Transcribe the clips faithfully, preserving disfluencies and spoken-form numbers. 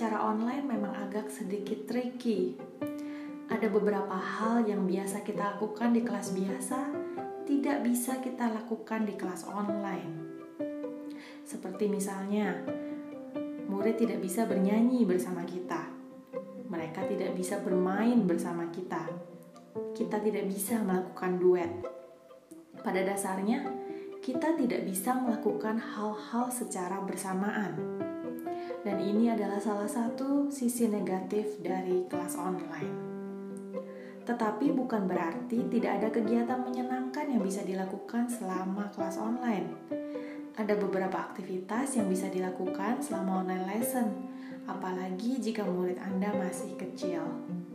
secara online memang agak sedikit tricky. Ada beberapa hal yang biasa kita lakukan di kelas biasa, tidak bisa kita lakukan di kelas online. Seperti misalnya, murid tidak bisa bernyanyi bersama kita. Mereka tidak bisa bermain bersama kita. Kita tidak bisa melakukan duet. Pada dasarnya, kita tidak bisa melakukan hal-hal secara bersamaan. Dan ini adalah salah satu sisi negatif dari kelas online. Tetapi bukan berarti tidak ada kegiatan menyenangkan yang bisa dilakukan selama kelas online. Ada beberapa aktivitas yang bisa dilakukan selama online lesson, apalagi jika murid Anda masih kecil.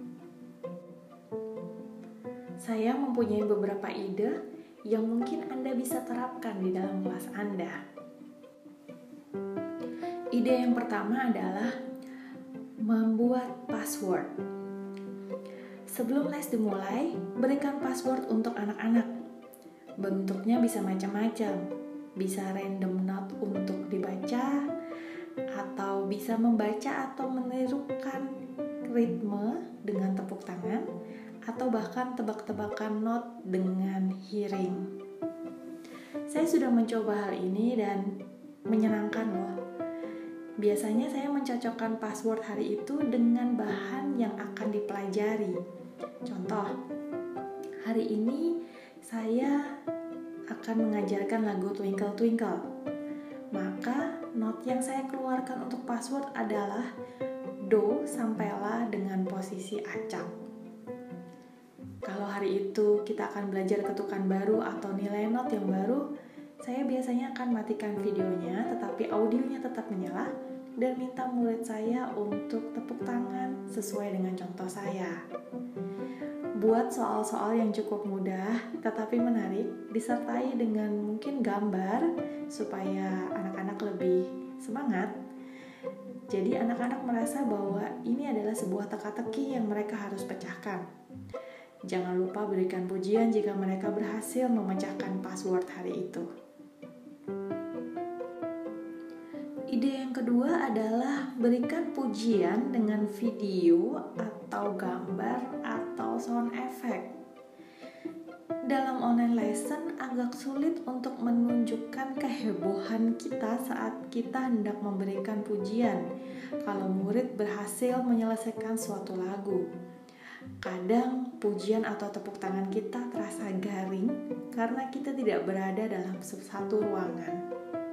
Saya mempunyai beberapa ide yang mungkin Anda bisa terapkan di dalam kelas Anda. Ide yang pertama adalah membuat password. Sebelum les dimulai, berikan password untuk anak-anak. Bentuknya bisa macam-macam. Bisa random note untuk dibaca, atau bisa membaca atau menirukan ritme dengan tepuk tangan, atau bahkan tebak-tebakan note dengan hearing. Saya sudah mencoba hal ini dan menyenangkan loh. Biasanya saya mencocokkan password hari itu dengan bahan yang akan dipelajari. Contoh, hari ini saya akan mengajarkan lagu Twinkle Twinkle. Maka not yang saya keluarkan untuk password adalah Do sampai La dengan posisi acak. Kalau hari itu kita akan belajar ketukan baru atau nilai not yang baru, saya biasanya akan matikan videonya tetapi audionya tetap menyala dan minta murid saya untuk tepuk tangan sesuai dengan contoh saya. Buat soal-soal yang cukup mudah tetapi menarik, disertai dengan mungkin gambar supaya anak-anak lebih semangat. Jadi anak-anak merasa bahwa ini adalah sebuah teka-teki yang mereka harus pecahkan. Jangan lupa berikan pujian jika mereka berhasil memecahkan password hari itu. Ide yang kedua adalah berikan pujian dengan video atau gambar atau sound effect. Dalam online lesson agak sulit untuk menunjukkan kehebohan kita saat kita hendak memberikan pujian kalau murid berhasil menyelesaikan suatu lagu. Kadang pujian atau tepuk tangan kita terasa garing karena kita tidak berada dalam satu ruangan.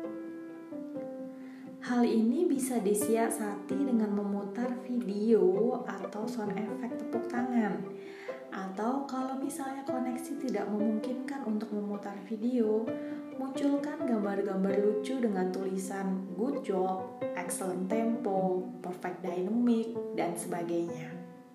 Hal ini bisa disiasati dengan memutar video atau sound effect tepuk tangan. Atau kalau misalnya koneksi tidak memungkinkan untuk memutar video, munculkan gambar-gambar lucu dengan tulisan good job, excellent tempo, perfect dynamic, dan sebagainya.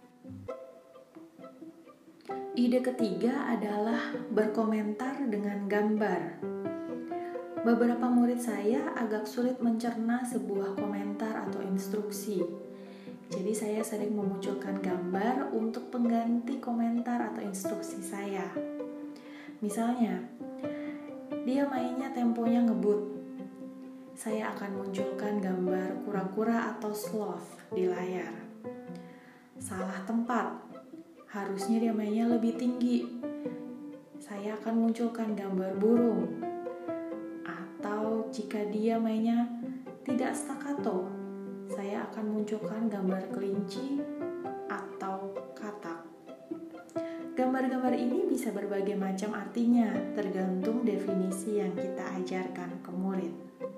Ide ketiga adalah berkomentar dengan gambar. Beberapa murid saya agak sulit mencerna sebuah komentar atau instruksi. Jadi saya sering memunculkan gambar untuk pengganti komentar atau instruksi saya. Misalnya, dia mainnya temponya ngebut. Saya akan munculkan gambar kura-kura atau sloth di layar. Salah tempat, harusnya dia mainnya lebih tinggi. Saya akan munculkan gambar burung. Atau jika dia mainnya tidak staccato, saya akan munculkan gambar kelinci atau katak. Gambar-gambar ini bisa berbagai macam artinya, tergantung definisi yang kita ajarkan ke murid.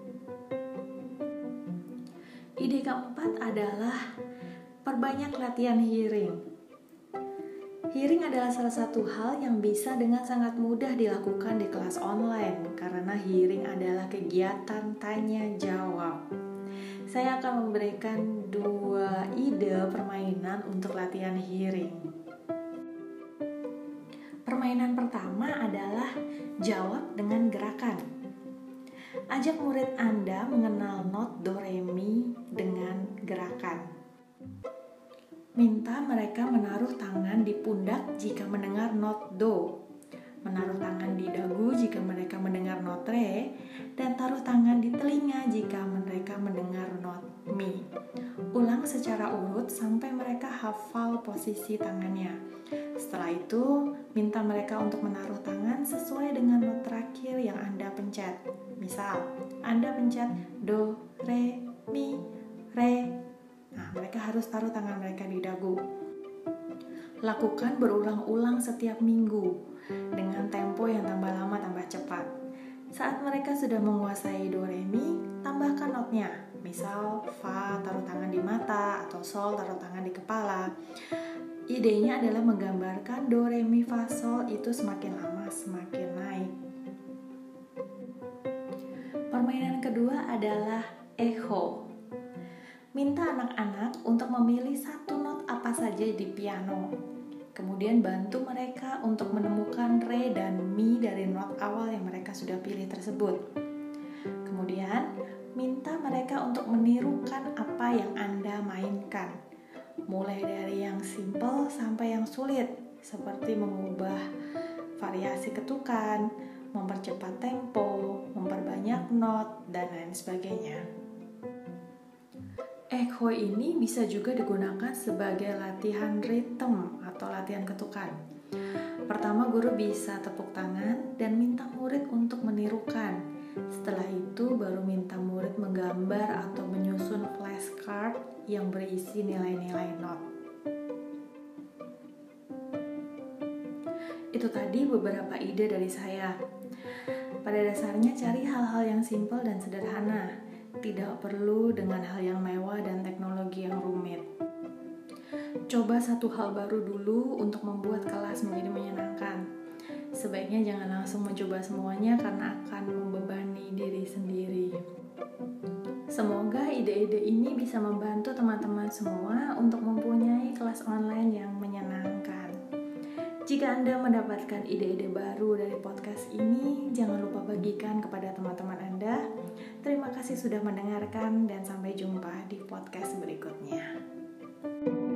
Ide keempat adalah perbanyak latihan hearing. Hearing adalah salah satu hal yang bisa dengan sangat mudah dilakukan di kelas online karena hearing adalah kegiatan tanya jawab. Saya akan memberikan dua ide permainan untuk latihan hearing. Permainan pertama adalah jawab dengan gerakan. Ajak murid Anda mengenal not do re mi dengan gerakan. Minta mereka menaruh tangan di pundak jika mendengar not do, menaruh tangan di dagu jika mereka mendengar not re, dan taruh tangan di telinga jika mereka mendengar not mi. Ulang secara secara urut sampai mereka hafal posisi tangannya. Setelah itu, minta mereka untuk menaruh tangan sesuai dengan not terakhir yang Anda pencet. Misal, Anda pencet do, re, mi, re. Nah, mereka harus taruh tangan mereka di dagu. Lakukan berulang-ulang setiap minggu dengan tempo yang tambah lama tambah cepat. Saat mereka sudah menguasai do, re, mi, tambahkan notnya. Misal, fa taruh tangan di mata atau sol taruh tangan di kepala. Idenya adalah menggambarkan do, re, mi, fa, sol itu semakin lama semakin naik. Permainan kedua adalah echo. Minta anak-anak untuk memilih satu not apa saja di piano. Kemudian bantu mereka untuk menemukan re dan mi dari not awal yang mereka sudah pilih tersebut. Kemudian, minta mereka untuk menirukan apa yang Anda mainkan. Mulai dari yang simple sampai yang sulit, seperti mengubah variasi ketukan, mempercepat tempo, memperbanyak not, dan lain sebagainya. Echo ini bisa juga digunakan sebagai latihan ritme atau latihan ketukan. Pertama, guru bisa tepuk tangan dan minta murid untuk menirukan. Setelah itu, baru minta murid menggambar atau menyusun flashcard yang berisi nilai-nilai not. Itu tadi beberapa ide dari saya. Pada dasarnya cari hal-hal yang simpel dan sederhana. Tidak perlu dengan hal yang mewah dan teknologi yang rumit. Coba satu hal baru dulu untuk membuat kelas menjadi menyenangkan. Sebaiknya jangan langsung mencoba semuanya karena akan membebani diri sendiri. Semoga ide-ide ini bisa membantu teman-teman semua untuk mempunyai kelas online yang menyenangkan. Jika Anda mendapatkan ide-ide baru dari podcast ini, jangan lupa bagikan kepada teman-teman Anda. Terima kasih sudah mendengarkan dan sampai jumpa di podcast berikutnya.